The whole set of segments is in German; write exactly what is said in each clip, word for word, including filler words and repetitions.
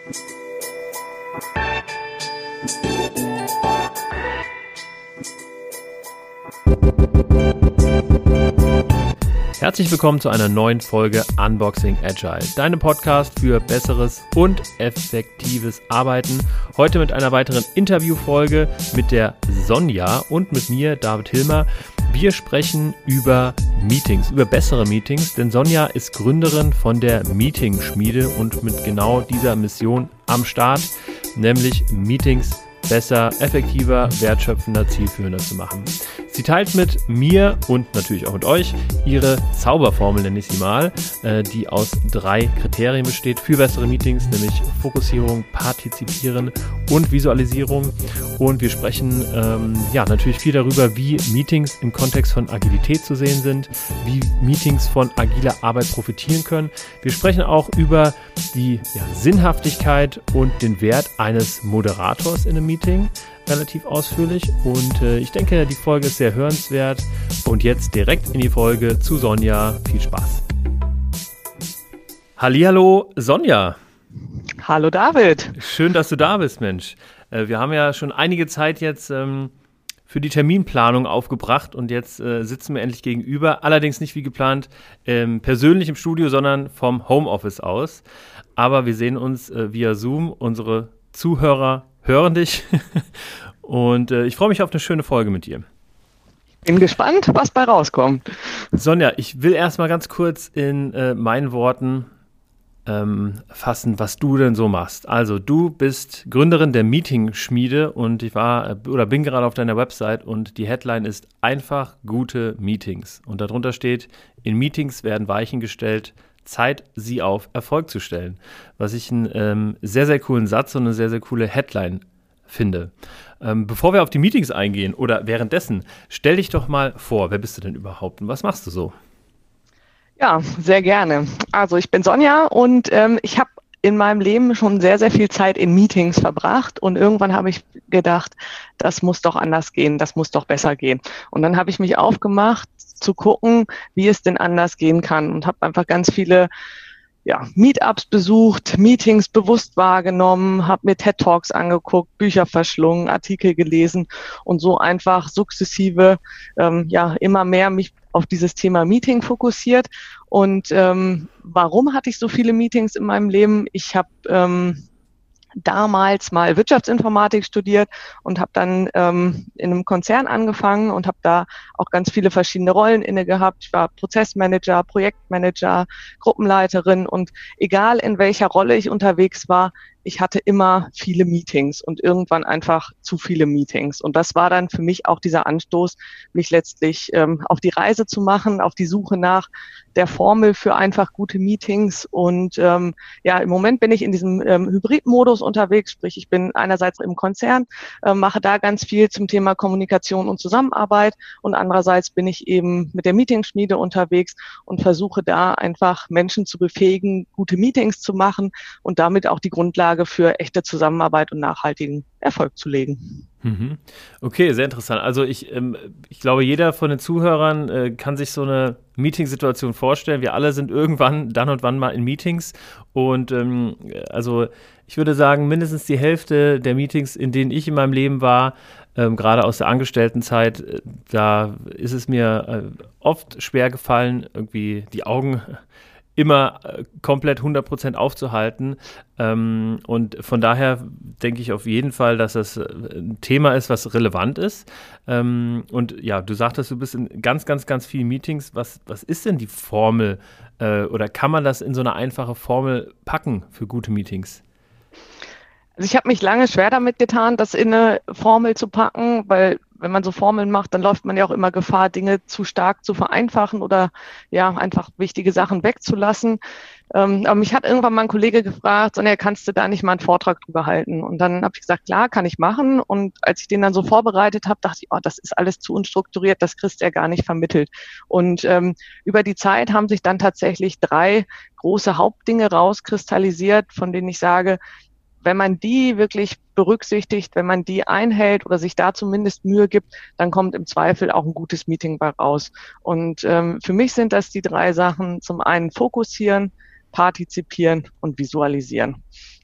Herzlich willkommen zu einer neuen Folge Unboxing Agile, deinem Podcast für besseres und effektives Arbeiten. Heute mit einer weiteren Interviewfolge mit der Sonja und mit mir, David Hilmer. Wir sprechen über Meetings, über bessere Meetings, denn Sonja ist Gründerin von der Meeting-Schmiede und mit genau dieser Mission am Start, nämlich Meetings besser, effektiver, wertschöpfender, zielführender zu machen. Sie teilt mit mir und natürlich auch mit euch ihre Zauberformel, nenne ich sie mal, die aus drei Kriterien besteht für bessere Meetings, nämlich Fokussierung, Partizipieren und Visualisierung. Und wir sprechen ähm, ja natürlich viel darüber, wie Meetings im Kontext von Agilität zu sehen sind, wie Meetings von agiler Arbeit profitieren können. Wir sprechen auch über die ja, Sinnhaftigkeit und den Wert eines Moderators in einem Meeting relativ ausführlich und äh, ich denke, die Folge ist sehr hörenswert und jetzt direkt in die Folge zu Sonja. Viel Spaß. Hallihallo Sonja. Hallo David. Schön, dass du da bist, Mensch. Äh, wir haben ja schon einige Zeit jetzt ähm, für die Terminplanung aufgebracht und jetzt äh, sitzen wir endlich gegenüber, allerdings nicht wie geplant ähm, persönlich im Studio, sondern vom Homeoffice aus. Aber wir sehen uns äh, via Zoom, unsere Zuhörer hören dich und äh, ich freue mich auf eine schöne Folge mit dir. Bin gespannt, was bei rauskommt. Sonja, ich will erstmal ganz kurz in äh, meinen Worten ähm, fassen, was du denn so machst. Also du bist Gründerin der Meeting-Schmiede und ich war äh, oder bin gerade auf deiner Website und die Headline ist einfach gute Meetings. Und darunter steht, in Meetings werden Weichen gestellt, Zeit, sie auf Erfolg zu stellen. Was ich einen ähm, sehr, sehr coolen Satz und eine sehr, sehr coole Headline finde. Ähm, bevor wir auf die Meetings eingehen oder währenddessen, stell dich doch mal vor, wer bist du denn überhaupt und was machst du so? Ja, sehr gerne. Also ich bin Sonja und ähm, ich habe in meinem Leben schon sehr, sehr viel Zeit in Meetings verbracht und irgendwann habe ich gedacht, das muss doch anders gehen, das muss doch besser gehen. Und dann habe ich mich aufgemacht, zu gucken, wie es denn anders gehen kann und habe einfach ganz viele ja, Meetups besucht, Meetings bewusst wahrgenommen, habe mir TED-Talks angeguckt, Bücher verschlungen, Artikel gelesen und so einfach sukzessive ähm, ja immer mehr mich auf dieses Thema Meeting fokussiert. Und ähm, warum hatte ich so viele Meetings in meinem Leben? Ich habe ähm, damals mal Wirtschaftsinformatik studiert und habe dann ähm, in einem Konzern angefangen und habe da auch ganz viele verschiedene Rollen inne gehabt. Ich war Prozessmanager, Projektmanager, Gruppenleiterin und egal in welcher Rolle ich unterwegs war, ich hatte immer viele Meetings und irgendwann einfach zu viele Meetings. Und das war dann für mich auch dieser Anstoß, mich letztlich ähm, auf die Reise zu machen, auf die Suche nach der Formel für einfach gute Meetings. Und ähm, ja, im Moment bin ich in diesem ähm, Hybrid-Modus unterwegs, sprich ich bin einerseits im Konzern, äh, mache da ganz viel zum Thema Kommunikation und Zusammenarbeit und andererseits bin ich eben mit der Meetingschmiede unterwegs und versuche da einfach Menschen zu befähigen, gute Meetings zu machen und damit auch die Grundlage für echte Zusammenarbeit und nachhaltigen Erfolg zu legen. Okay, sehr interessant. Also ich, ähm, ich glaube, jeder von den Zuhörern äh, kann sich so eine Meetingsituation vorstellen. Wir alle sind irgendwann, dann und wann mal in Meetings und ähm, also ich würde sagen, mindestens die Hälfte der Meetings, in denen ich in meinem Leben war, ähm, gerade aus der Angestelltenzeit, äh, da ist es mir äh, oft schwer gefallen, irgendwie die Augen immer äh, komplett hundert Prozent aufzuhalten. Ähm, und von daher denke ich auf jeden Fall, dass das ein Thema ist, was relevant ist. Ähm, und ja, du sagtest, du bist in ganz, ganz, ganz vielen Meetings. Was, was ist denn die Formel äh, oder kann man das in so eine einfache Formel packen für gute Meetings? Also ich habe mich lange schwer damit getan, das in eine Formel zu packen, weil wenn man so Formeln macht, dann läuft man ja auch immer Gefahr, Dinge zu stark zu vereinfachen oder ja einfach wichtige Sachen wegzulassen. Ähm, aber mich hat irgendwann mal ein Kollege gefragt, Sonja, kannst du da nicht mal einen Vortrag drüber halten? Und dann habe ich gesagt, klar, kann ich machen. Und als ich den dann so vorbereitet habe, dachte ich, oh, das ist alles zu unstrukturiert, das kriegst du ja gar nicht vermittelt. Und ähm, über die Zeit haben sich dann tatsächlich drei große Hauptdinge rauskristallisiert, von denen ich sage, wenn man die wirklich berücksichtigt, wenn man die einhält oder sich da zumindest Mühe gibt, dann kommt im Zweifel auch ein gutes Meeting bei raus. Und ähm, für mich sind das die drei Sachen. Zum einen fokussieren, partizipieren und visualisieren.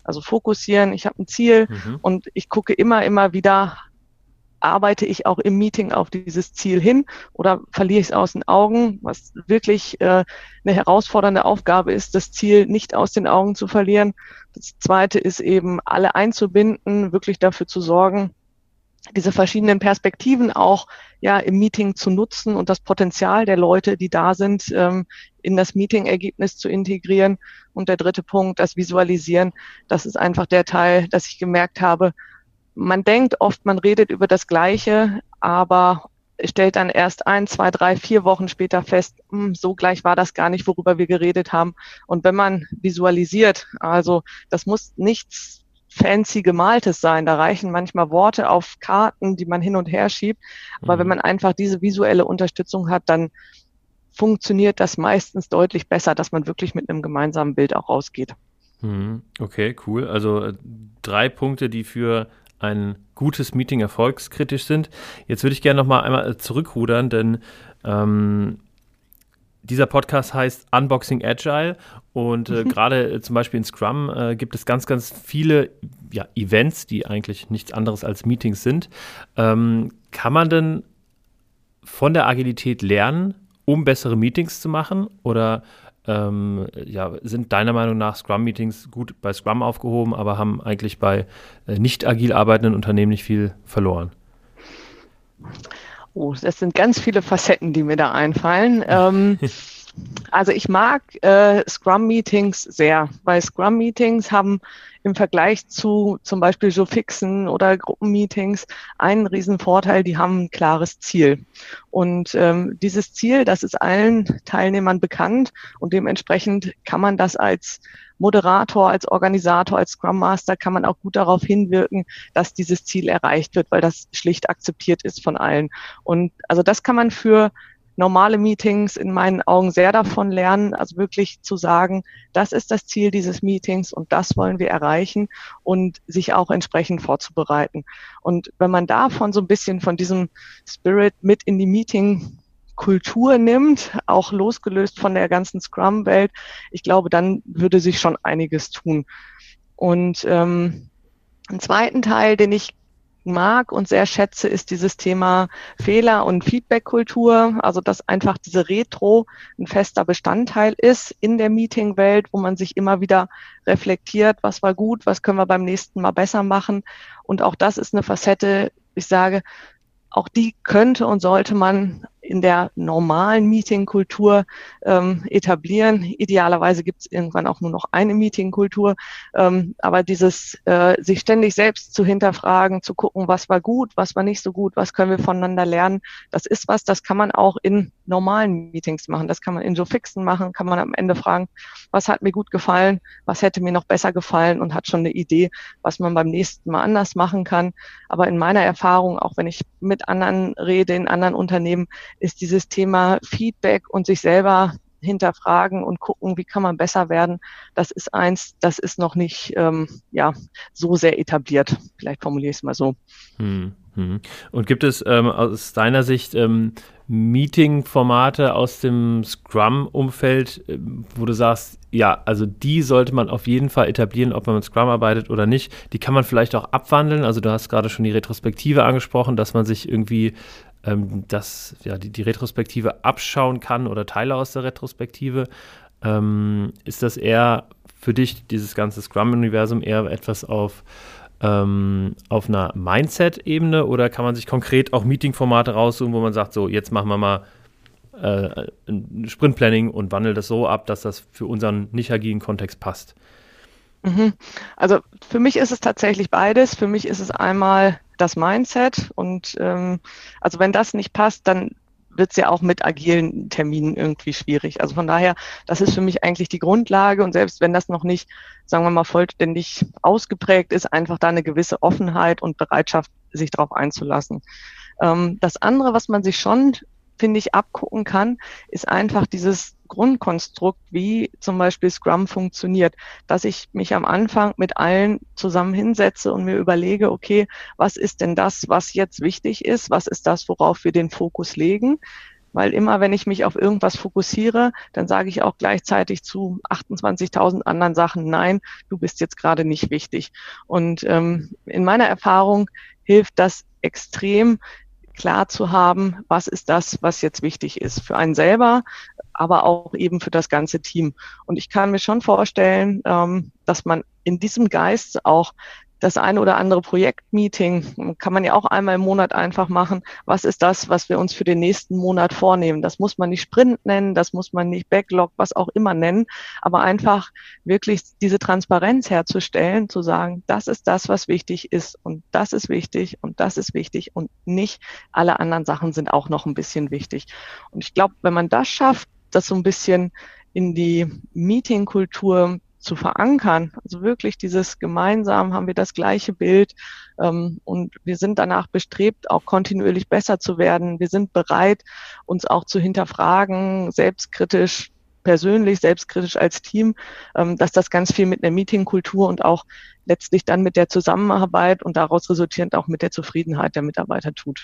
Also fokussieren, ich habe ein Ziel mhm. und ich gucke immer, immer wieder, arbeite ich auch im Meeting auf dieses Ziel hin oder verliere ich es aus den Augen, was wirklich äh, eine herausfordernde Aufgabe ist, das Ziel nicht aus den Augen zu verlieren. Das Zweite ist eben, alle einzubinden, wirklich dafür zu sorgen, diese verschiedenen Perspektiven auch ja im Meeting zu nutzen und das Potenzial der Leute, die da sind, ähm, in das Meeting-Ergebnis zu integrieren. Und der dritte Punkt, das Visualisieren, das ist einfach der Teil, dass ich gemerkt habe, man denkt oft, man redet über das Gleiche, aber stellt dann erst ein, zwei, drei, vier Wochen später fest, mh, so gleich war das gar nicht, worüber wir geredet haben. Und wenn man visualisiert, also das muss nichts fancy Gemaltes sein, da reichen manchmal Worte auf Karten, die man hin und her schiebt. Aber mhm. wenn man einfach diese visuelle Unterstützung hat, dann funktioniert das meistens deutlich besser, dass man wirklich mit einem gemeinsamen Bild auch rausgeht. Okay, cool. Also drei Punkte, die für ein gutes Meeting erfolgskritisch sind. Jetzt würde ich gerne noch mal einmal zurückrudern, denn ähm, dieser Podcast heißt Unboxing Agile und äh, mhm. gerade äh, zum Beispiel in Scrum äh, gibt es ganz, ganz viele ja, Events, die eigentlich nichts anderes als Meetings sind. Ähm, kann man denn von der Agilität lernen, um bessere Meetings zu machen? Oder Ähm, ja, sind deiner Meinung nach Scrum-Meetings gut bei Scrum aufgehoben, aber haben eigentlich bei äh, nicht agil arbeitenden Unternehmen nicht viel verloren? Oh, das sind ganz viele Facetten, die mir da einfallen. ähm, also ich mag äh, Scrum-Meetings sehr, weil Scrum-Meetings haben im Vergleich zu zum Beispiel Joe-Fixen oder Gruppenmeetings einen riesen Vorteil, die haben ein klares Ziel. Und ähm, dieses Ziel, das ist allen Teilnehmern bekannt und dementsprechend kann man das als Moderator, als Organisator, als Scrum Master kann man auch gut darauf hinwirken, dass dieses Ziel erreicht wird, weil das schlicht akzeptiert ist von allen. Und also das kann man für normale Meetings in meinen Augen sehr davon lernen, also wirklich zu sagen, das ist das Ziel dieses Meetings und das wollen wir erreichen und sich auch entsprechend vorzubereiten. Und wenn man davon so ein bisschen von diesem Spirit mit in die Meeting-Kultur nimmt, auch losgelöst von der ganzen Scrum-Welt, ich glaube, dann würde sich schon einiges tun. Und ähm, einen zweiten Teil, den ich mag und sehr schätze, ist dieses Thema Fehler- und Feedback-Kultur, also dass einfach diese Retro ein fester Bestandteil ist in der Meeting-Welt, wo man sich immer wieder reflektiert, was war gut, was können wir beim nächsten Mal besser machen. Und auch das ist eine Facette, ich sage, auch die könnte und sollte man in der normalen Meeting-Kultur ähm, etablieren. Idealerweise gibt es irgendwann auch nur noch eine Meeting-Kultur. Ähm, aber dieses äh, sich ständig selbst zu hinterfragen, zu gucken, was war gut, was war nicht so gut, was können wir voneinander lernen, das ist was, das kann man auch in normalen Meetings machen. Das kann man in Joe-Fixen machen, kann man am Ende fragen, was hat mir gut gefallen, was hätte mir noch besser gefallen und hat schon eine Idee, was man beim nächsten Mal anders machen kann. Aber in meiner Erfahrung, auch wenn ich mit anderen rede, in anderen Unternehmen, ist dieses Thema Feedback und sich selber hinterfragen und gucken, wie kann man besser werden, das ist eins, das ist noch nicht ähm, ja, so sehr etabliert. Vielleicht formuliere ich es mal so. Hm, hm. Und gibt es ähm, aus deiner Sicht ähm, Meeting-Formate aus dem Scrum-Umfeld, äh, wo du sagst, ja, also die sollte man auf jeden Fall etablieren, ob man mit Scrum arbeitet oder nicht. Die kann man vielleicht auch abwandeln. Also du hast gerade schon die Retrospektive angesprochen, dass man sich irgendwie ähm, das, ja, die, die Retrospektive abschauen kann oder Teile aus der Retrospektive. Ähm, ist das eher für dich, dieses ganze Scrum-Universum, eher etwas auf ähm, auf einer Mindset-Ebene oder kann man sich konkret auch Meeting-Formate raussuchen, wo man sagt, so, jetzt machen wir mal äh, ein Sprint-Planning und wandeln das so ab, dass das für unseren nicht agilen Kontext passt? Mhm. Also für mich ist es tatsächlich beides. Für mich ist es einmal das Mindset und ähm, also wenn das nicht passt, dann wird es ja auch mit agilen Terminen irgendwie schwierig. Also von daher, das ist für mich eigentlich die Grundlage und selbst wenn das noch nicht, sagen wir mal, vollständig ausgeprägt ist, einfach da eine gewisse Offenheit und Bereitschaft, sich darauf einzulassen. Ähm, das andere, was man sich schon, finde ich, abgucken kann, ist einfach dieses Grundkonstrukt, wie zum Beispiel Scrum funktioniert, dass ich mich am Anfang mit allen zusammen hinsetze und mir überlege, okay, was ist denn das, was jetzt wichtig ist? Was ist das, worauf wir den Fokus legen? Weil immer, wenn ich mich auf irgendwas fokussiere, dann sage ich auch gleichzeitig zu achtundzwanzigtausend anderen Sachen, nein, du bist jetzt gerade nicht wichtig. Und ähm, in meiner Erfahrung hilft das extrem, klar zu haben, was ist das, was jetzt wichtig ist für einen selber, aber auch eben für das ganze Team. Und ich kann mir schon vorstellen, ähm, dass man in diesem Geist auch das eine oder andere Projektmeeting, kann man ja auch einmal im Monat einfach machen. Was ist das, was wir uns für den nächsten Monat vornehmen? Das muss man nicht Sprint nennen, das muss man nicht Backlog, was auch immer nennen, aber einfach wirklich diese Transparenz herzustellen, zu sagen, das ist das, was wichtig ist und das ist wichtig und das ist wichtig und nicht alle anderen Sachen sind auch noch ein bisschen wichtig. Und ich glaube, wenn man das schafft, das so ein bisschen in die Meetingkultur zu verankern, also wirklich dieses gemeinsam haben wir das gleiche Bild ähm, und wir sind danach bestrebt, auch kontinuierlich besser zu werden. Wir sind bereit, uns auch zu hinterfragen, selbstkritisch, persönlich, selbstkritisch als Team, ähm, dass das ganz viel mit einer Meetingkultur und auch letztlich dann mit der Zusammenarbeit und daraus resultierend auch mit der Zufriedenheit der Mitarbeiter tut.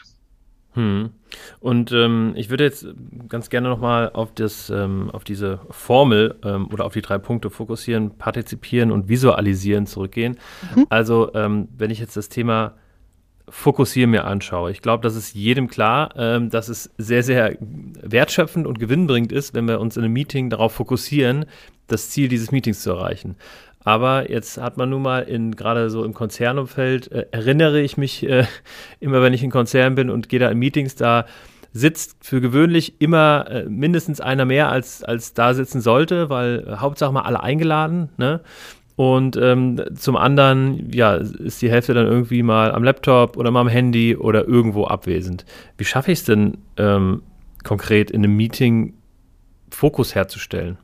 Hm. Und ähm, ich würde jetzt ganz gerne nochmal auf das, ähm, auf diese Formel ähm, oder auf die drei Punkte fokussieren, partizipieren und visualisieren zurückgehen. Mhm. Also ähm, wenn ich jetzt das Thema Fokussieren mir anschaue, ich glaube, das ist jedem klar, ähm, dass es sehr, sehr wertschöpfend und gewinnbringend ist, wenn wir uns in einem Meeting darauf fokussieren, das Ziel dieses Meetings zu erreichen. Aber jetzt hat man nun mal in gerade so im Konzernumfeld, äh, erinnere ich mich äh, immer, wenn ich in Konzern bin und gehe da in Meetings, da sitzt für gewöhnlich immer äh, mindestens einer mehr, als, als da sitzen sollte, weil äh, Hauptsache mal alle eingeladen, ne? Und ähm, zum anderen, ja, ist die Hälfte dann irgendwie mal am Laptop oder mal am Handy oder irgendwo abwesend. Wie schaffe ich es denn ähm, konkret in einem Meeting Fokus herzustellen?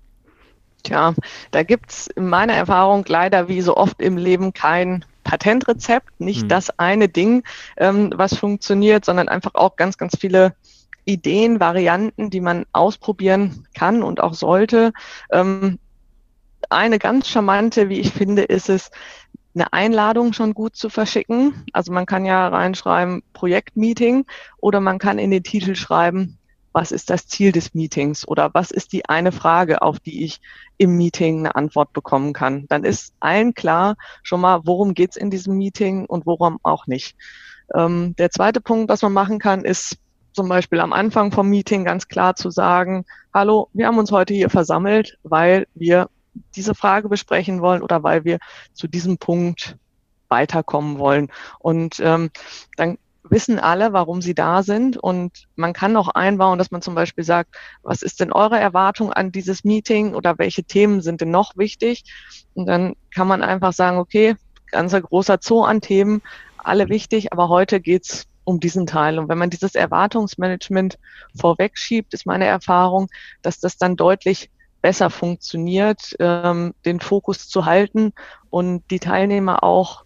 Tja, da gibt's in meiner Erfahrung leider wie so oft im Leben kein Patentrezept, nicht hm. das eine Ding, ähm, was funktioniert, sondern einfach auch ganz, ganz viele Ideen, Varianten, die man ausprobieren kann und auch sollte. Ähm, eine ganz charmante, wie ich finde, ist es, eine Einladung schon gut zu verschicken. Also man kann ja reinschreiben Projektmeeting oder man kann in den Titel schreiben, was ist das Ziel des Meetings oder was ist die eine Frage, auf die ich im Meeting eine Antwort bekommen kann. Dann ist allen klar schon mal, worum geht's in diesem Meeting und worum auch nicht. Ähm, der zweite Punkt, was man machen kann, ist zum Beispiel am Anfang vom Meeting ganz klar zu sagen, hallo, wir haben uns heute hier versammelt, weil wir diese Frage besprechen wollen oder weil wir zu diesem Punkt weiterkommen wollen. Und ähm, dann wissen alle, warum sie da sind und man kann auch einbauen, dass man zum Beispiel sagt, was ist denn eure Erwartung an dieses Meeting oder welche Themen sind denn noch wichtig? Und dann kann man einfach sagen, okay, ganzer großer Zoo an Themen, alle wichtig, aber heute geht's um diesen Teil. Und wenn man dieses Erwartungsmanagement vorwegschiebt, ist meine Erfahrung, dass das dann deutlich besser funktioniert, ähm, den Fokus zu halten und die Teilnehmer auch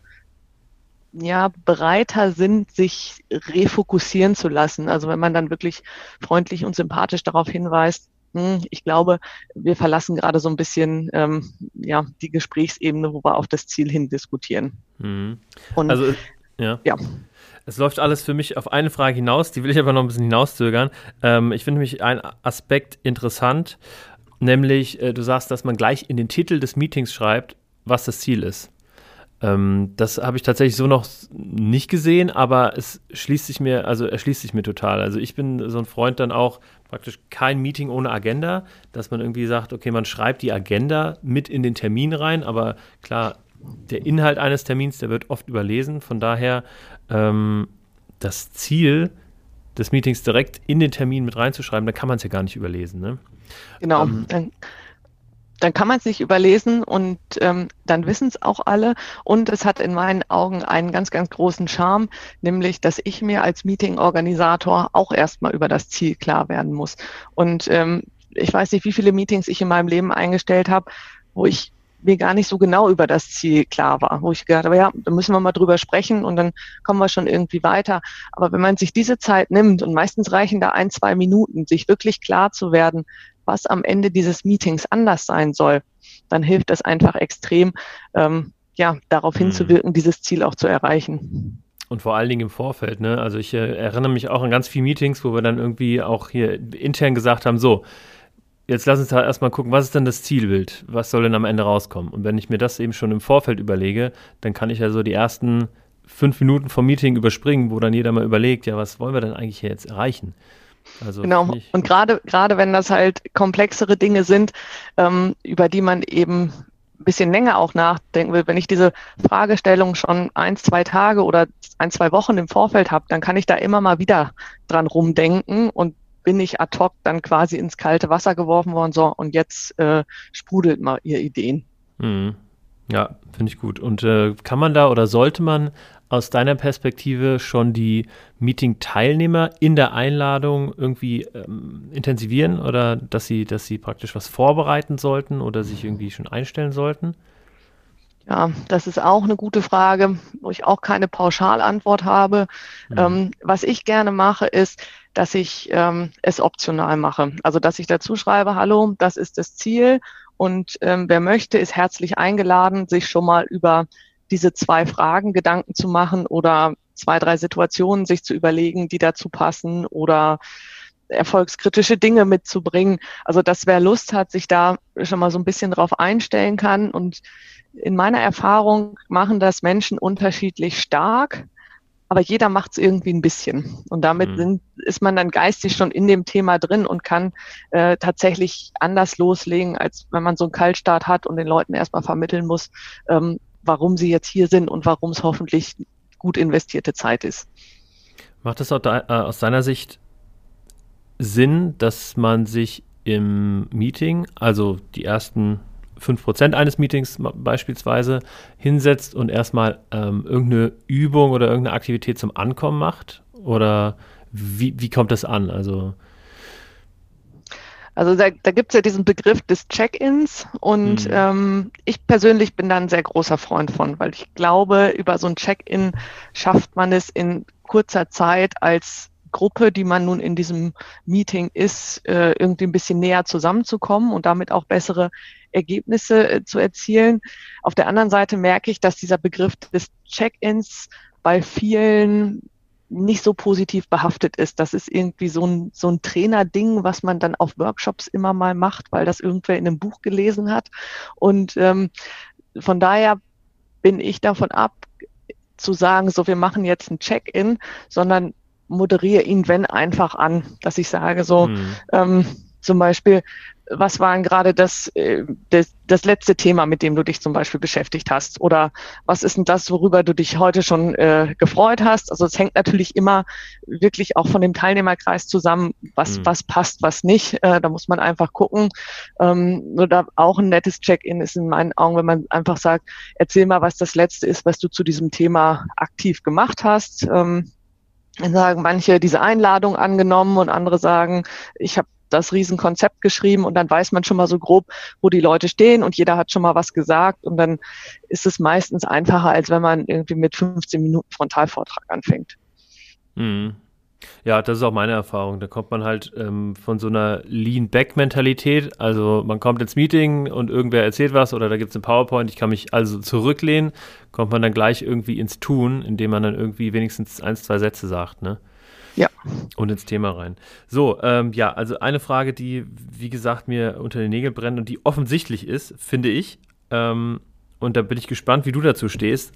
ja, bereiter sind, sich refokussieren zu lassen. Also wenn man dann wirklich freundlich und sympathisch darauf hinweist, hm, ich glaube, wir verlassen gerade so ein bisschen ähm, ja, die Gesprächsebene, wo wir auf das Ziel hin diskutieren. Mhm. Und, also, ja. ja. Es läuft alles für mich auf eine Frage hinaus, die will ich aber noch ein bisschen hinauszögern. Ähm, ich finde nämlich einen Aspekt interessant, nämlich äh, du sagst, dass man gleich in den Titel des Meetings schreibt, was das Ziel ist. Ähm, das habe ich tatsächlich so noch nicht gesehen, aber es schließt sich mir, also erschließt sich mir total. Also ich bin so ein Freund dann auch praktisch kein Meeting ohne Agenda, dass man irgendwie sagt, okay, man schreibt die Agenda mit in den Termin rein, aber klar, der Inhalt eines Termins, der wird oft überlesen, von daher ähm, das Ziel des Meetings direkt in den Termin mit reinzuschreiben, da kann man es ja gar nicht überlesen, ne? Genau, ähm, dann Dann kann man es nicht überlesen und ähm, dann wissen es auch alle. Und es hat in meinen Augen einen ganz, ganz großen Charme, nämlich, dass ich mir als Meeting-Organisator auch erstmal über das Ziel klar werden muss. Und ähm, ich weiß nicht, wie viele Meetings ich in meinem Leben eingestellt habe, wo ich mir gar nicht so genau über das Ziel klar war, wo ich gedacht habe, ja, da müssen wir mal drüber sprechen und dann kommen wir schon irgendwie weiter. Aber wenn man sich diese Zeit nimmt und meistens reichen da ein, zwei Minuten, sich wirklich klar zu werden, was am Ende dieses Meetings anders sein soll, dann hilft das einfach extrem, ähm, ja, darauf hinzuwirken, dieses Ziel auch zu erreichen. Und vor allen Dingen im Vorfeld, ne? Also ich äh, erinnere mich auch an ganz viele Meetings, wo wir dann irgendwie auch hier intern gesagt haben, so, jetzt lass uns da erstmal gucken, was ist denn das Zielbild? Was soll denn am Ende rauskommen? Und wenn ich mir das eben schon im Vorfeld überlege, dann kann ich ja so die ersten fünf Minuten vom Meeting überspringen, wo dann jeder mal überlegt, ja, was wollen wir denn eigentlich hier jetzt erreichen? Also genau. Und gerade gerade wenn das halt komplexere Dinge sind, ähm, über die man eben ein bisschen länger auch nachdenken will, wenn ich diese Fragestellung schon ein, zwei Tage oder ein, zwei Wochen im Vorfeld habe, dann kann ich da immer mal wieder dran rumdenken und bin ich ad hoc dann quasi ins kalte Wasser geworfen worden, so, und jetzt äh, sprudelt mal ihr Ideen. Mhm. Ja, finde ich gut. Und äh, kann man da oder sollte man aus deiner Perspektive schon die Meeting-Teilnehmer in der Einladung irgendwie ähm, intensivieren oder dass sie, dass sie praktisch was vorbereiten sollten oder sich irgendwie schon einstellen sollten? Ja, das ist auch eine gute Frage, wo ich auch keine Pauschalantwort habe. Mhm. Ähm, was ich gerne mache, ist, dass ich ähm, es optional mache. Also, dass ich dazu schreibe, hallo, das ist das Ziel und ähm, wer möchte, ist herzlich eingeladen, sich schon mal über diese zwei Fragen Gedanken zu machen oder zwei, drei Situationen sich zu überlegen, die dazu passen oder erfolgskritische Dinge mitzubringen. Also, dass wer Lust hat, sich da schon mal so ein bisschen drauf einstellen kann. Und in meiner Erfahrung machen das Menschen unterschiedlich stark, aber jeder macht es irgendwie ein bisschen. Und damit mhm. sind, ist man dann geistig schon in dem Thema drin und kann äh, tatsächlich anders loslegen, als wenn man so einen Kaltstart hat und den Leuten erstmal vermitteln muss, ähm, warum sie jetzt hier sind und warum es hoffentlich gut investierte Zeit ist. Macht es aus deiner Sicht Sinn, dass man sich im Meeting, also die ersten fünf Prozent eines Meetings beispielsweise, hinsetzt und erstmal ähm, irgendeine Übung oder irgendeine Aktivität zum Ankommen macht? Oder wie, wie kommt das an? Also Also da, da gibt es ja diesen Begriff des Check-ins und mhm. ähm, ich persönlich bin da ein sehr großer Freund von, weil ich glaube, über so ein Check-in schafft man es in kurzer Zeit als Gruppe, die man nun in diesem Meeting ist, äh, irgendwie ein bisschen näher zusammenzukommen und damit auch bessere Ergebnisse äh, zu erzielen. Auf der anderen Seite merke ich, dass dieser Begriff des Check-ins bei vielen nicht so positiv behaftet ist. Das ist irgendwie so ein, so ein Trainerding, was man dann auf Workshops immer mal macht, weil das irgendwer in einem Buch gelesen hat. Und ähm, von daher bin ich davon ab, zu sagen, so, wir machen jetzt ein Check-in, sondern moderiere ihn, wenn, einfach an, dass ich sage, so, mhm. ähm, zum Beispiel, was war denn gerade das, äh, das, das letzte Thema, mit dem du dich zum Beispiel beschäftigt hast? Oder was ist denn das, worüber du dich heute schon äh, gefreut hast? Also es hängt natürlich immer wirklich auch von dem Teilnehmerkreis zusammen, was, mhm. was passt, was nicht. Äh, da muss man einfach gucken. Ähm, oder auch ein nettes Check-in ist in meinen Augen, wenn man einfach sagt, erzähl mal, was das Letzte ist, was du zu diesem Thema aktiv gemacht hast. Ähm, Dann sagen manche diese Einladung angenommen und andere sagen, ich habe das Riesenkonzept geschrieben und dann weiß man schon mal so grob, wo die Leute stehen und jeder hat schon mal was gesagt und dann ist es meistens einfacher, als wenn man irgendwie mit fünfzehn Minuten Frontalvortrag anfängt. Mhm. Ja, das ist auch meine Erfahrung. Da kommt man halt ähm, von so einer Lean-Back-Mentalität, also man kommt ins Meeting und irgendwer erzählt was oder da gibt es ein PowerPoint, ich kann mich also zurücklehnen, kommt man dann gleich irgendwie ins Tun, indem man dann irgendwie wenigstens ein, zwei Sätze sagt, ne? Ja. Und ins Thema rein. So, ähm, ja, also eine Frage, die, wie gesagt, mir unter den Nägeln brennt und die offensichtlich ist, finde ich, ähm, und da bin ich gespannt, wie du dazu stehst.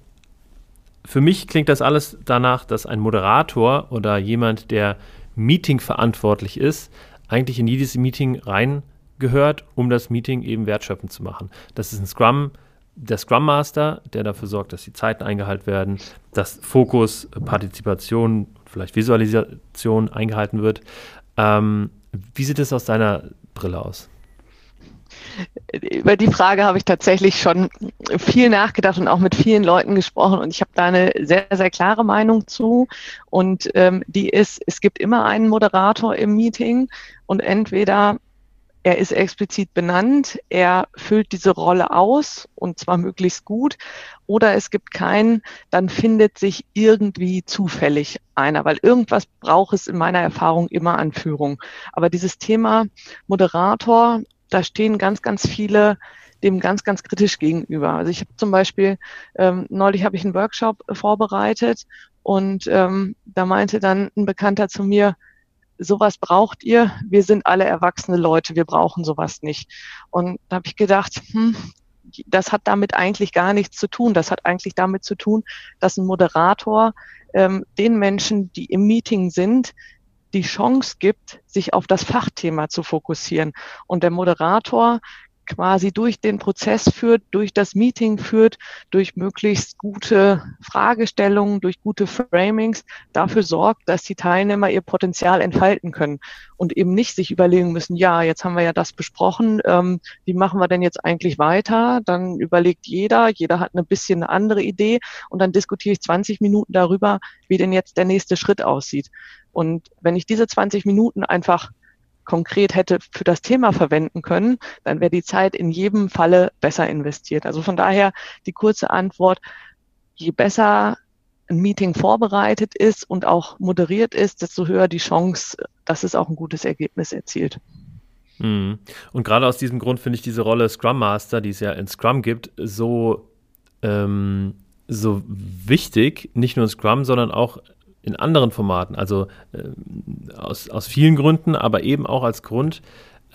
Für mich klingt das alles danach, dass ein Moderator oder jemand, der Meeting verantwortlich ist, eigentlich in jedes Meeting reingehört, um das Meeting eben wertschöpfend zu machen. Das ist ein Scrum, der Scrum Master, der dafür sorgt, dass die Zeiten eingehalten werden, dass Fokus, Partizipation, vielleicht Visualisation eingehalten wird. Ähm, wie sieht es aus deiner Brille aus? Über die Frage habe ich tatsächlich schon viel nachgedacht und auch mit vielen Leuten gesprochen und ich habe da eine sehr, sehr klare Meinung zu und ähm, die ist, es gibt immer einen Moderator im Meeting und entweder er ist explizit benannt, er füllt diese Rolle aus und zwar möglichst gut oder es gibt keinen, dann findet sich irgendwie zufällig einer, weil irgendwas braucht es in meiner Erfahrung immer an Führung. Aber dieses Thema Moderator, da stehen ganz, ganz viele dem ganz, ganz kritisch gegenüber. Also ich habe zum Beispiel, ähm, neulich habe ich einen Workshop vorbereitet und ähm, da meinte dann ein Bekannter zu mir, sowas braucht ihr, wir sind alle erwachsene Leute, wir brauchen sowas nicht. Und da habe ich gedacht, hm, das hat damit eigentlich gar nichts zu tun. Das hat eigentlich damit zu tun, dass ein Moderator ähm, den Menschen, die im Meeting sind, die Chance gibt, sich auf das Fachthema zu fokussieren. Und der Moderator quasi durch den Prozess führt, durch das Meeting führt, durch möglichst gute Fragestellungen, durch gute Framings dafür sorgt, dass die Teilnehmer ihr Potenzial entfalten können und eben nicht sich überlegen müssen, ja, jetzt haben wir ja das besprochen, ähm, wie machen wir denn jetzt eigentlich weiter? Dann überlegt jeder, jeder hat ein bisschen eine andere Idee und dann diskutiere ich zwanzig Minuten darüber, wie denn jetzt der nächste Schritt aussieht. Und wenn ich diese zwanzig Minuten einfach konkret hätte für das Thema verwenden können, dann wäre die Zeit in jedem Falle besser investiert. Also von daher die kurze Antwort, je besser ein Meeting vorbereitet ist und auch moderiert ist, desto höher die Chance, dass es auch ein gutes Ergebnis erzielt. Und gerade aus diesem Grund finde ich diese Rolle Scrum Master, die es ja in Scrum gibt, so, ähm, so wichtig, nicht nur in Scrum, sondern auch in anderen Formaten, also äh, aus, aus vielen Gründen, aber eben auch als Grund,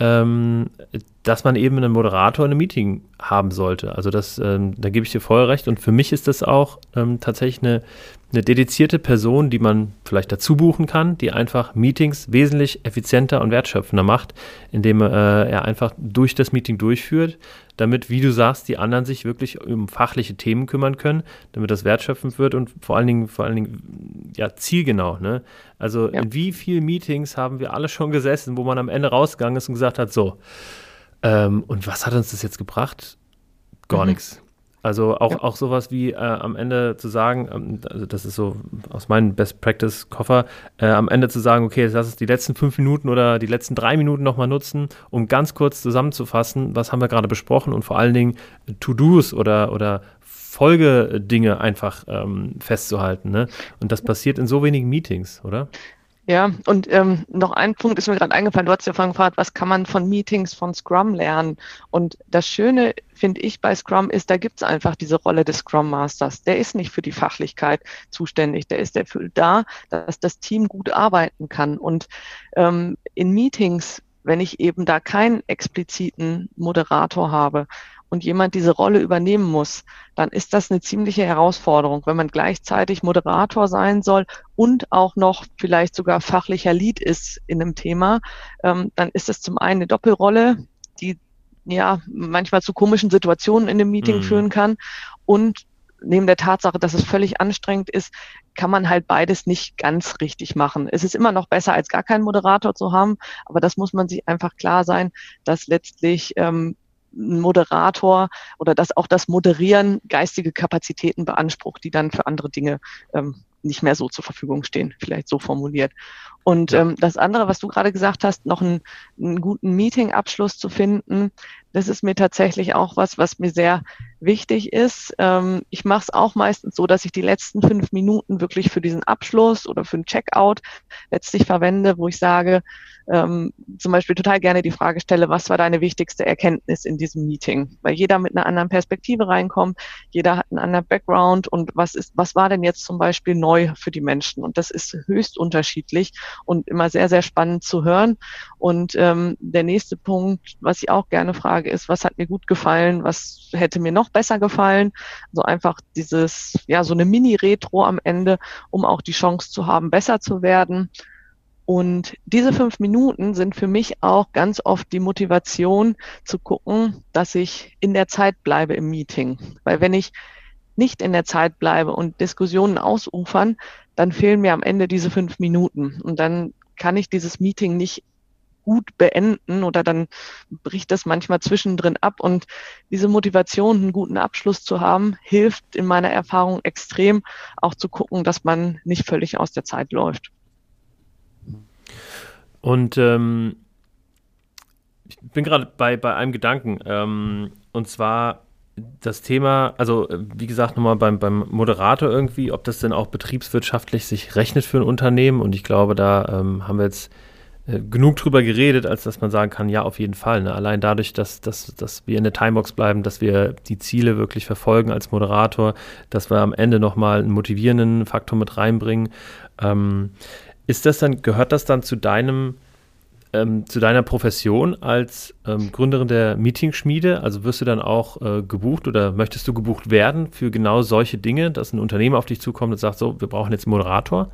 ähm, dass man eben einen Moderator in einem Meeting haben sollte. Also das, ähm, da gebe ich dir voll recht. Und für mich ist das auch ähm, tatsächlich eine, eine dedizierte Person, die man vielleicht dazu buchen kann, die einfach Meetings wesentlich effizienter und wertschöpfender macht, indem äh, er einfach durch das Meeting durchführt, damit, wie du sagst, die anderen sich wirklich um fachliche Themen kümmern können, damit das wertschöpfend wird und vor allen Dingen, vor allen Dingen, ja, zielgenau, ne? Also ja. In wie vielen Meetings haben wir alle schon gesessen, wo man am Ende rausgegangen ist und gesagt hat, so, ähm, und was hat uns das jetzt gebracht? Gar mhm. nichts. Also auch, ja. auch sowas wie äh, am Ende zu sagen, ähm, also das ist so aus meinem Best-Practice-Koffer, äh, am Ende zu sagen, okay, lass uns die letzten fünf Minuten oder die letzten drei Minuten nochmal nutzen, um ganz kurz zusammenzufassen, was haben wir gerade besprochen und vor allen Dingen To-Dos oder, oder Folgedinge einfach ähm, festzuhalten. Ne? Und das passiert in so wenigen Meetings, oder? Ja, und ähm, noch ein Punkt ist mir gerade eingefallen, du hast ja vorhin gefragt, was kann man von Meetings von Scrum lernen? Und das Schöne, finde ich, bei Scrum ist, da gibt es einfach diese Rolle des Scrum Masters. Der ist nicht für die Fachlichkeit zuständig, der ist dafür da, dass das Team gut arbeiten kann. Und ähm, in Meetings, wenn ich eben da keinen expliziten Moderator habe, und jemand diese Rolle übernehmen muss, dann ist das eine ziemliche Herausforderung, wenn man gleichzeitig Moderator sein soll und auch noch vielleicht sogar fachlicher Lead ist in einem Thema, ähm, dann ist das zum einen eine Doppelrolle, die ja manchmal zu komischen Situationen in dem Meeting mhm. führen kann und neben der Tatsache, dass es völlig anstrengend ist, kann man halt beides nicht ganz richtig machen. Es ist immer noch besser, als gar keinen Moderator zu haben, aber das muss man sich einfach klar sein, dass letztlich ähm, ein Moderator oder dass auch das Moderieren geistige Kapazitäten beansprucht, die dann für andere Dinge ähm, nicht mehr so zur Verfügung stehen, vielleicht so formuliert. Und ja. ähm, das andere, was du gerade gesagt hast, noch einen, einen guten Meeting-Abschluss zu finden, das ist mir tatsächlich auch was, was mir sehr wichtig ist. Ähm, ich mache es auch meistens so, dass ich die letzten fünf Minuten wirklich für diesen Abschluss oder für einen Checkout letztlich verwende, wo ich sage, ähm, zum Beispiel total gerne die Frage stelle, was war deine wichtigste Erkenntnis in diesem Meeting? Weil jeder mit einer anderen Perspektive reinkommt, jeder hat einen anderen Background und was ist, was war denn jetzt zum Beispiel neu für die Menschen? Und das ist höchst unterschiedlich und immer sehr, sehr spannend zu hören. Und ähm, der nächste Punkt, was ich auch gerne frage, ist, was hat mir gut gefallen, was hätte mir noch besser gefallen? So einfach dieses, ja, so eine Mini-Retro am Ende, um auch die Chance zu haben, besser zu werden. Und diese fünf Minuten sind für mich auch ganz oft die Motivation zu gucken, dass ich in der Zeit bleibe im Meeting. Weil wenn ich nicht in der Zeit bleibe und Diskussionen ausufern, dann fehlen mir am Ende diese fünf Minuten. Und dann kann ich dieses Meeting nicht gut beenden oder dann bricht das manchmal zwischendrin ab. Und diese Motivation, einen guten Abschluss zu haben, hilft in meiner Erfahrung extrem, auch zu gucken, dass man nicht völlig aus der Zeit läuft. Und ähm, ich bin gerade bei, bei einem Gedanken, ähm, und zwar das Thema, also wie gesagt, nochmal beim, beim Moderator irgendwie, ob das denn auch betriebswirtschaftlich sich rechnet für ein Unternehmen. Und ich glaube, da ähm, haben wir jetzt äh, genug drüber geredet, als dass man sagen kann, ja, auf jeden Fall. Ne? Allein dadurch, dass, dass, dass wir in der Timebox bleiben, dass wir die Ziele wirklich verfolgen als Moderator, dass wir am Ende nochmal einen motivierenden Faktor mit reinbringen. Ähm, ist das dann, gehört das dann zu deinem Ähm, zu deiner Profession als ähm, Gründerin der Meetingschmiede? Also wirst du dann auch äh, gebucht oder möchtest du gebucht werden für genau solche Dinge, dass ein Unternehmen auf dich zukommt und sagt, so, wir brauchen jetzt einen Moderator?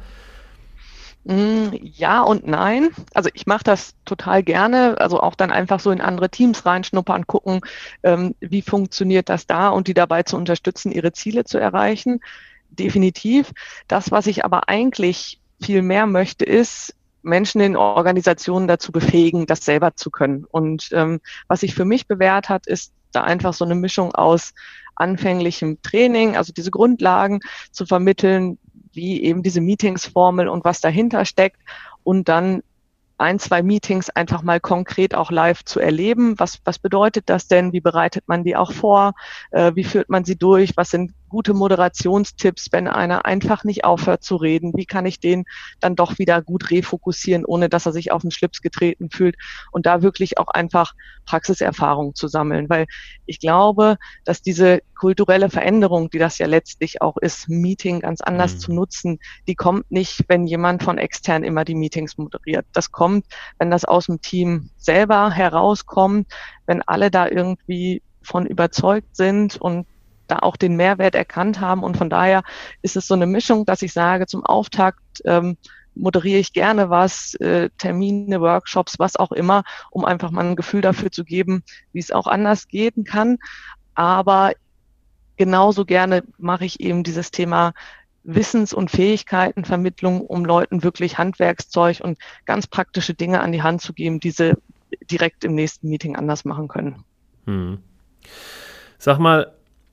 Ja und nein. Also ich mache das total gerne, also auch dann einfach so in andere Teams reinschnuppern, gucken, ähm, wie funktioniert das da und die dabei zu unterstützen, ihre Ziele zu erreichen. Definitiv. Das, was ich aber eigentlich viel mehr möchte, ist, Menschen in Organisationen dazu befähigen, das selber zu können. Und ähm, was sich für mich bewährt hat, ist da einfach so eine Mischung aus anfänglichem Training, also diese Grundlagen zu vermitteln, wie eben diese Meetingsformel und was dahinter steckt und dann ein, zwei Meetings einfach mal konkret auch live zu erleben. Was, was bedeutet das denn? Wie bereitet man die auch vor? Äh, wie führt man sie durch? Was sind gute Moderationstipps, wenn einer einfach nicht aufhört zu reden? Wie kann ich den dann doch wieder gut refokussieren, ohne dass er sich auf den Schlips getreten fühlt? Und da wirklich auch einfach Praxiserfahrung zu sammeln. Weil ich glaube, dass diese kulturelle Veränderung, die das ja letztlich auch ist, Meeting ganz anders mhm. zu nutzen, die kommt nicht, wenn jemand von extern immer die Meetings moderiert. Das kommt, wenn das aus dem Team selber herauskommt, wenn alle da irgendwie von überzeugt sind und da auch den Mehrwert erkannt haben. Und von daher ist es so eine Mischung, dass ich sage, zum Auftakt ähm, moderiere ich gerne was, äh, Termine, Workshops, was auch immer, um einfach mal ein Gefühl dafür zu geben, wie es auch anders gehen kann. Aber genauso gerne mache ich eben dieses Thema Wissens- und Fähigkeitenvermittlung, um Leuten wirklich Handwerkszeug und ganz praktische Dinge an die Hand zu geben, die sie direkt im nächsten Meeting anders machen können. Hm. Sag mal,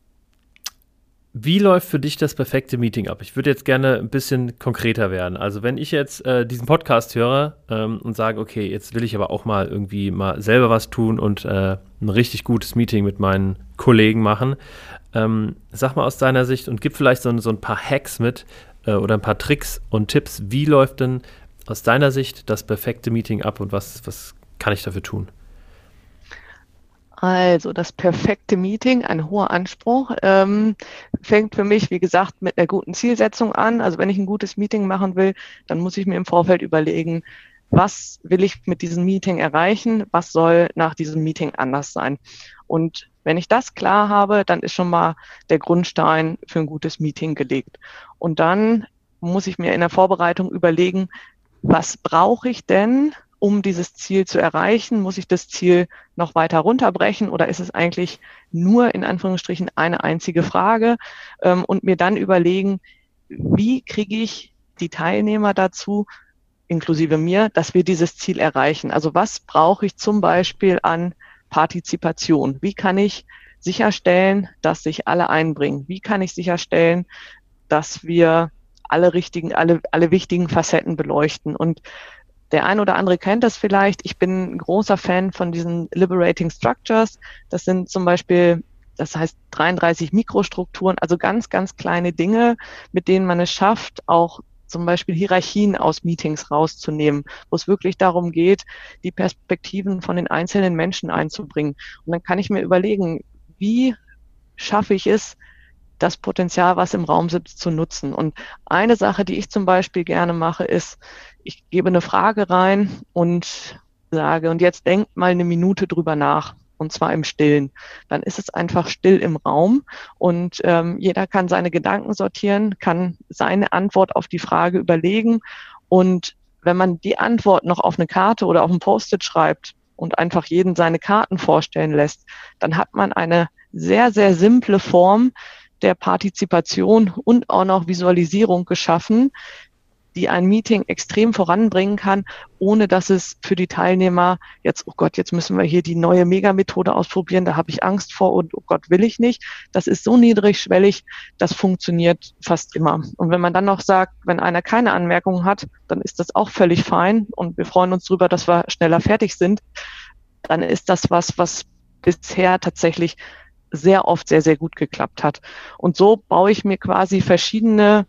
wie läuft für dich das perfekte Meeting ab? Ich würde jetzt gerne ein bisschen konkreter werden. Also wenn ich jetzt äh, diesen Podcast höre ähm, und sage, okay, jetzt will ich aber auch mal irgendwie mal selber was tun und äh, ein richtig gutes Meeting mit meinen Kollegen machen. Ähm, sag mal aus deiner Sicht und gib vielleicht so, so ein paar Hacks mit äh, oder ein paar Tricks und Tipps. Wie läuft denn aus deiner Sicht das perfekte Meeting ab und was, was kann ich dafür tun? Also das perfekte Meeting, ein hoher Anspruch, ähm, fängt für mich, wie gesagt, mit einer guten Zielsetzung an. Also wenn ich ein gutes Meeting machen will, dann muss ich mir im Vorfeld überlegen, was will ich mit diesem Meeting erreichen, was soll nach diesem Meeting anders sein. Und wenn ich das klar habe, dann ist schon mal der Grundstein für ein gutes Meeting gelegt. Und dann muss ich mir in der Vorbereitung überlegen, was brauche ich denn, um dieses Ziel zu erreichen? Muss ich das Ziel noch weiter runterbrechen oder ist es eigentlich nur in Anführungsstrichen eine einzige Frage? Ähm, und mir dann überlegen, wie kriege ich die Teilnehmer dazu, inklusive mir, dass wir dieses Ziel erreichen? Also was brauche ich zum Beispiel an Partizipation? Wie kann ich sicherstellen, dass sich alle einbringen? Wie kann ich sicherstellen, dass wir alle richtigen, alle, alle wichtigen Facetten beleuchten? Und der ein oder andere kennt das vielleicht. Ich bin ein großer Fan von diesen Liberating Structures. Das sind zum Beispiel, das heißt dreiunddreißig Mikrostrukturen, also ganz, ganz kleine Dinge, mit denen man es schafft, auch zum Beispiel Hierarchien aus Meetings rauszunehmen, wo es wirklich darum geht, die Perspektiven von den einzelnen Menschen einzubringen. Und dann kann ich mir überlegen, wie schaffe ich es, das Potenzial, was im Raum sitzt, zu nutzen. Und eine Sache, die ich zum Beispiel gerne mache, ist, ich gebe eine Frage rein und sage, und jetzt denkt mal eine Minute drüber nach, und zwar im Stillen. Dann ist es einfach still im Raum und ähm, jeder kann seine Gedanken sortieren, kann seine Antwort auf die Frage überlegen. Und wenn man die Antwort noch auf eine Karte oder auf ein Post-it schreibt und einfach jeden seine Karten vorstellen lässt, dann hat man eine sehr, sehr simple Form der Partizipation und auch noch Visualisierung geschaffen, die ein Meeting extrem voranbringen kann, ohne dass es für die Teilnehmer jetzt, oh Gott, jetzt müssen wir hier die neue Mega-Methode ausprobieren, da habe ich Angst vor und oh Gott, will ich nicht. Das ist so niedrigschwellig, das funktioniert fast immer. Und wenn man dann noch sagt, wenn einer keine Anmerkungen hat, dann ist das auch völlig fein und wir freuen uns drüber, dass wir schneller fertig sind. Dann ist das was, was bisher tatsächlich sehr oft sehr, sehr gut geklappt hat. Und so baue ich mir quasi verschiedene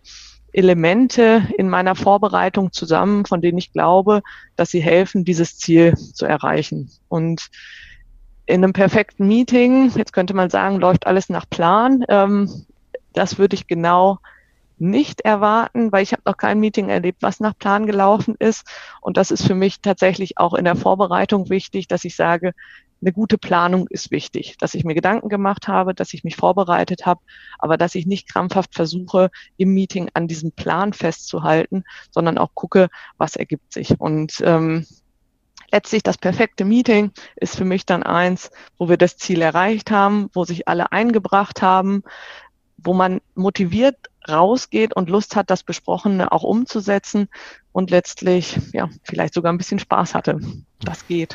Elemente in meiner Vorbereitung zusammen, von denen ich glaube, dass sie helfen, dieses Ziel zu erreichen. Und in einem perfekten Meeting, jetzt könnte man sagen, läuft alles nach Plan. Ähm, das würde ich genau nicht erwarten, weil ich habe noch kein Meeting erlebt, was nach Plan gelaufen ist. Und das ist für mich tatsächlich auch in der Vorbereitung wichtig, dass ich sage, eine gute Planung ist wichtig, dass ich mir Gedanken gemacht habe, dass ich mich vorbereitet habe, aber dass ich nicht krampfhaft versuche, im Meeting an diesem Plan festzuhalten, sondern auch gucke, was ergibt sich. Und ähm, letztlich das perfekte Meeting ist für mich dann eins, wo wir das Ziel erreicht haben, wo sich alle eingebracht haben, wo man motiviert rausgeht und Lust hat, das Besprochene auch umzusetzen und letztlich ja vielleicht sogar ein bisschen Spaß hatte. Das geht.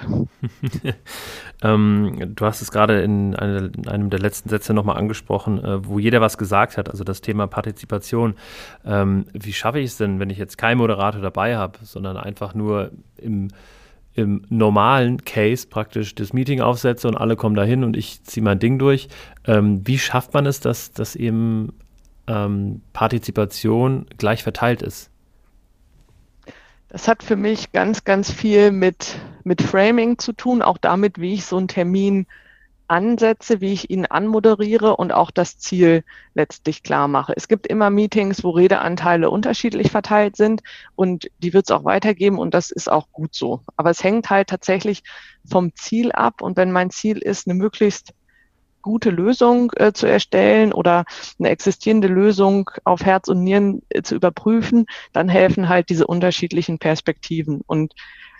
ähm, du hast es gerade in, eine, in einem der letzten Sätze nochmal angesprochen, äh, wo jeder was gesagt hat, also das Thema Partizipation. Ähm, wie schaffe ich es denn, wenn ich jetzt keinen Moderator dabei habe, sondern einfach nur im im normalen Case praktisch das Meeting aufsetze und alle kommen dahin und ich ziehe mein Ding durch. Ähm, wie schafft man es, dass, dass eben ähm, Partizipation gleich verteilt ist? Das hat für mich ganz, ganz viel mit, mit Framing zu tun, auch damit, wie ich so einen Termin ansetze, wie ich ihn anmoderiere und auch das Ziel letztlich klar mache. Es gibt immer Meetings, wo Redeanteile unterschiedlich verteilt sind und die wird es auch weitergeben und das ist auch gut so. Aber es hängt halt tatsächlich vom Ziel ab und wenn mein Ziel ist, eine möglichst gute Lösung äh, zu erstellen oder eine existierende Lösung auf Herz und Nieren äh, zu überprüfen, dann helfen halt diese unterschiedlichen Perspektiven. Und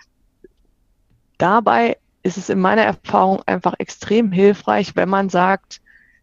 dabei ist es in meiner Erfahrung einfach extrem hilfreich, wenn man sagt,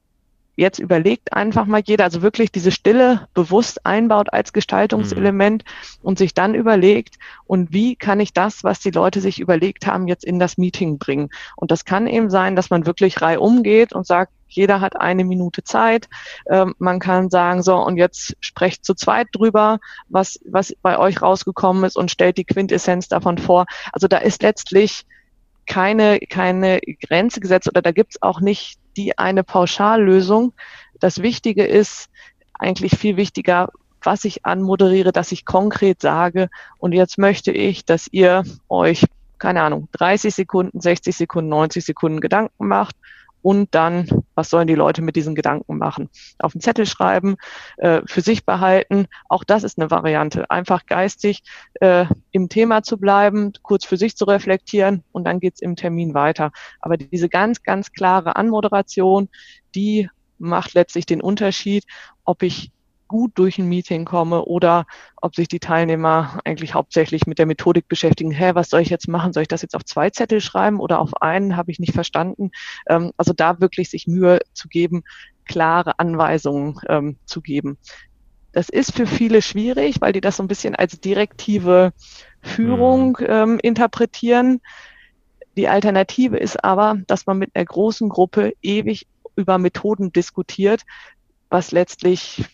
jetzt überlegt einfach mal jeder, also wirklich diese Stille bewusst einbaut als Gestaltungselement mhm. und sich dann überlegt, und wie kann ich das, was die Leute sich überlegt haben, jetzt in das Meeting bringen? Und das kann eben sein, dass man wirklich reihum geht und sagt, jeder hat eine Minute Zeit. Ähm, man kann sagen, so, und jetzt sprecht zu zweit drüber, was, was bei euch rausgekommen ist und stellt die Quintessenz davon vor. Also da ist letztlich keine, keine Grenze gesetzt oder da gibt's auch nicht die eine Pauschallösung. Das Wichtige ist eigentlich viel wichtiger, was ich anmoderiere, dass ich konkret sage, und jetzt möchte ich, dass ihr euch, keine Ahnung, dreißig Sekunden, sechzig Sekunden, neunzig Sekunden Gedanken macht und dann, was sollen die Leute mit diesen Gedanken machen? Auf den Zettel schreiben, äh, für sich behalten. Auch das ist eine Variante. Einfach geistig äh, im Thema zu bleiben, kurz für sich zu reflektieren und dann geht's im Termin weiter. Aber diese ganz, ganz klare Anmoderation, die macht letztlich den Unterschied, ob ich gut durch ein Meeting komme oder ob sich die Teilnehmer eigentlich hauptsächlich mit der Methodik beschäftigen. Hä, was soll ich jetzt machen? Soll ich das jetzt auf zwei Zettel schreiben oder auf einen? Habe ich nicht verstanden. Ähm, also da wirklich sich Mühe zu geben, klare Anweisungen ähm, zu geben. Das ist für viele schwierig, weil die das so ein bisschen als direktive Führung mhm. ähm, interpretieren. Die Alternative ist aber, dass man mit einer großen Gruppe ewig über Methoden diskutiert, was letztlich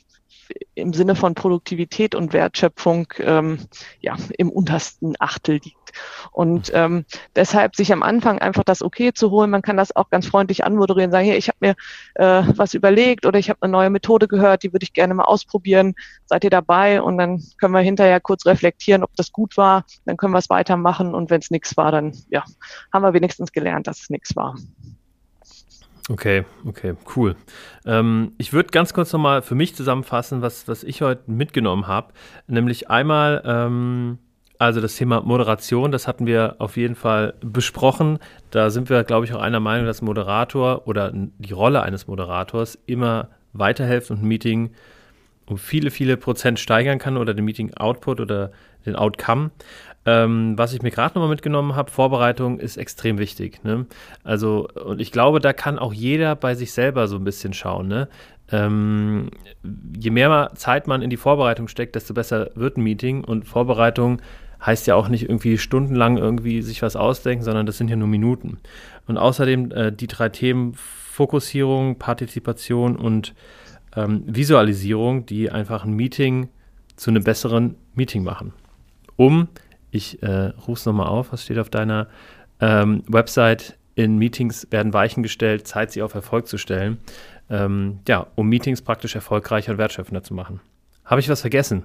im Sinne von Produktivität und Wertschöpfung ähm, ja im untersten Achtel liegt. Und ähm, deshalb sich am Anfang einfach das Okay zu holen, man kann das auch ganz freundlich anmoderieren, sagen, hier, ich habe mir äh, was überlegt oder ich habe eine neue Methode gehört, die würde ich gerne mal ausprobieren, seid ihr dabei? Und dann können wir hinterher kurz reflektieren, ob das gut war, dann können wir es weitermachen und wenn es nichts war, dann ja, haben wir wenigstens gelernt, dass es nichts war. Okay, okay, cool. Ähm, ich würde ganz kurz nochmal für mich zusammenfassen, was, was ich heute mitgenommen habe. Nämlich einmal, ähm, also das Thema Moderation, das hatten wir auf jeden Fall besprochen. Da sind wir, glaube ich, auch einer Meinung, dass Moderator oder die Rolle eines Moderators immer weiterhelfen und ein Meeting um viele, viele Prozent steigern kann oder den Meeting-Output oder den Outcome. Ähm, was ich mir gerade nochmal mitgenommen habe, Vorbereitung ist extrem wichtig. Ne? Also, und ich glaube, da kann auch jeder bei sich selber so ein bisschen schauen. Ne? Ähm, je mehr Zeit man in die Vorbereitung steckt, desto besser wird ein Meeting. Und Vorbereitung heißt ja auch nicht irgendwie stundenlang irgendwie sich was ausdenken, sondern das sind ja nur Minuten. Und außerdem äh, die drei Themen Fokussierung, Partizipation und ähm, Visualisierung, die einfach ein Meeting zu einem besseren Meeting machen. Um Ich äh, rufe es nochmal auf, was steht auf deiner ähm, Website? In Meetings werden Weichen gestellt, Zeit, sie auf Erfolg zu stellen. Ähm, ja, um Meetings praktisch erfolgreicher und wertschöpfender zu machen. Habe ich was vergessen?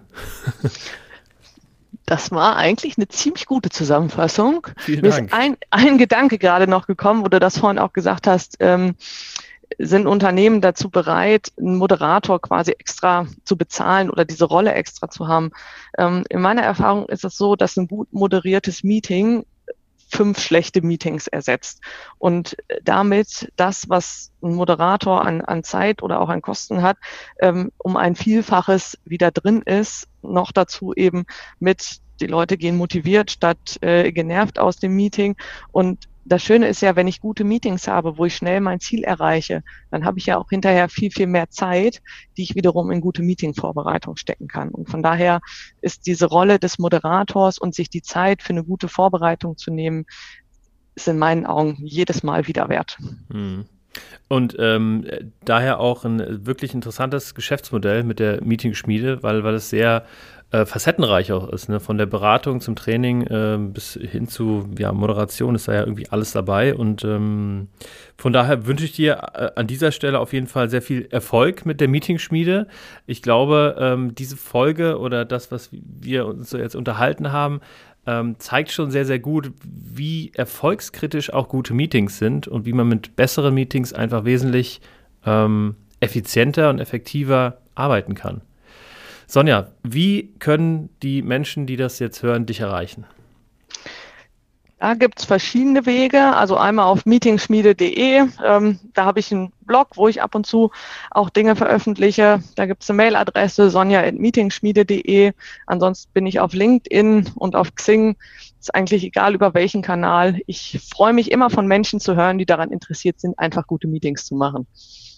Das war eigentlich eine ziemlich gute Zusammenfassung. Vielen Mir Dank. ist ein, ein Gedanke gerade noch gekommen, wo du das vorhin auch gesagt hast, ähm, sind Unternehmen dazu bereit, einen Moderator quasi extra zu bezahlen oder diese Rolle extra zu haben? Ähm, in meiner Erfahrung ist es so, dass ein gut moderiertes Meeting fünf schlechte Meetings ersetzt. Und damit das, was ein Moderator an, an Zeit oder auch an Kosten hat, ähm, um ein Vielfaches wieder drin ist, noch dazu eben mit, die Leute gehen motiviert statt äh, genervt aus dem Meeting. Und das Schöne ist ja, wenn ich gute Meetings habe, wo ich schnell mein Ziel erreiche, dann habe ich ja auch hinterher viel, viel mehr Zeit, die ich wiederum in gute Meeting-Vorbereitung stecken kann. Und von daher ist diese Rolle des Moderators und sich die Zeit für eine gute Vorbereitung zu nehmen, ist in meinen Augen jedes Mal wieder wert. Hm. Und ähm, daher auch ein wirklich interessantes Geschäftsmodell mit der Meeting-Schmiede, weil, weil es sehr äh, facettenreich auch ist, ne? Von der Beratung zum Training äh, bis hin zu ja, Moderation ist da ja irgendwie alles dabei. Und ähm, von daher wünsche ich dir äh, an dieser Stelle auf jeden Fall sehr viel Erfolg mit der Meeting-Schmiede. Ich glaube, ähm, diese Folge oder das, was wir uns so jetzt unterhalten haben, Ähm, zeigt schon sehr, sehr gut, wie erfolgskritisch auch gute Meetings sind und wie man mit besseren Meetings einfach wesentlich ähm, effizienter und effektiver arbeiten kann. Sonja, wie können die Menschen, die das jetzt hören, dich erreichen? Da gibt es verschiedene Wege, also einmal auf meetingschmiede punkt de, ähm, da habe ich einen Blog, wo ich ab und zu auch Dinge veröffentliche. Da gibt es eine Mailadresse sonja at meetingschmiede punkt de. Ansonsten bin ich auf LinkedIn und auf Xing. Ist eigentlich egal, über welchen Kanal. Ich freue mich immer von Menschen zu hören, die daran interessiert sind, einfach gute Meetings zu machen.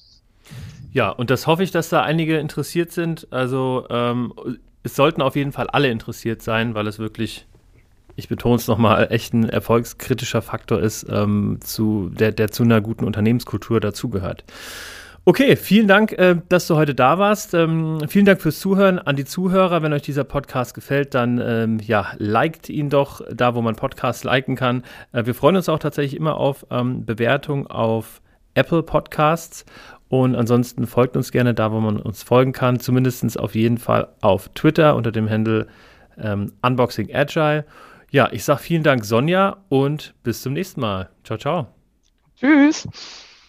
Ja, und das hoffe ich, dass da einige interessiert sind. Also ähm, es sollten auf jeden Fall alle interessiert sein, weil es wirklich, ich betone es nochmal, echt ein erfolgskritischer Faktor ist, ähm, zu, der, der zu einer guten Unternehmenskultur dazugehört. Okay, vielen Dank, äh, dass du heute da warst. Ähm, vielen Dank fürs Zuhören an die Zuhörer. Wenn euch dieser Podcast gefällt, dann ähm, ja, liked ihn doch da, wo man Podcasts liken kann. Äh, wir freuen uns auch tatsächlich immer auf ähm, Bewertung auf Apple Podcasts. Und ansonsten folgt uns gerne da, wo man uns folgen kann. Zumindest auf jeden Fall auf Twitter unter dem Handle ähm, Unboxing Agile. Ja, ich sage vielen Dank, Sonja, und bis zum nächsten Mal. Ciao, ciao. Tschüss.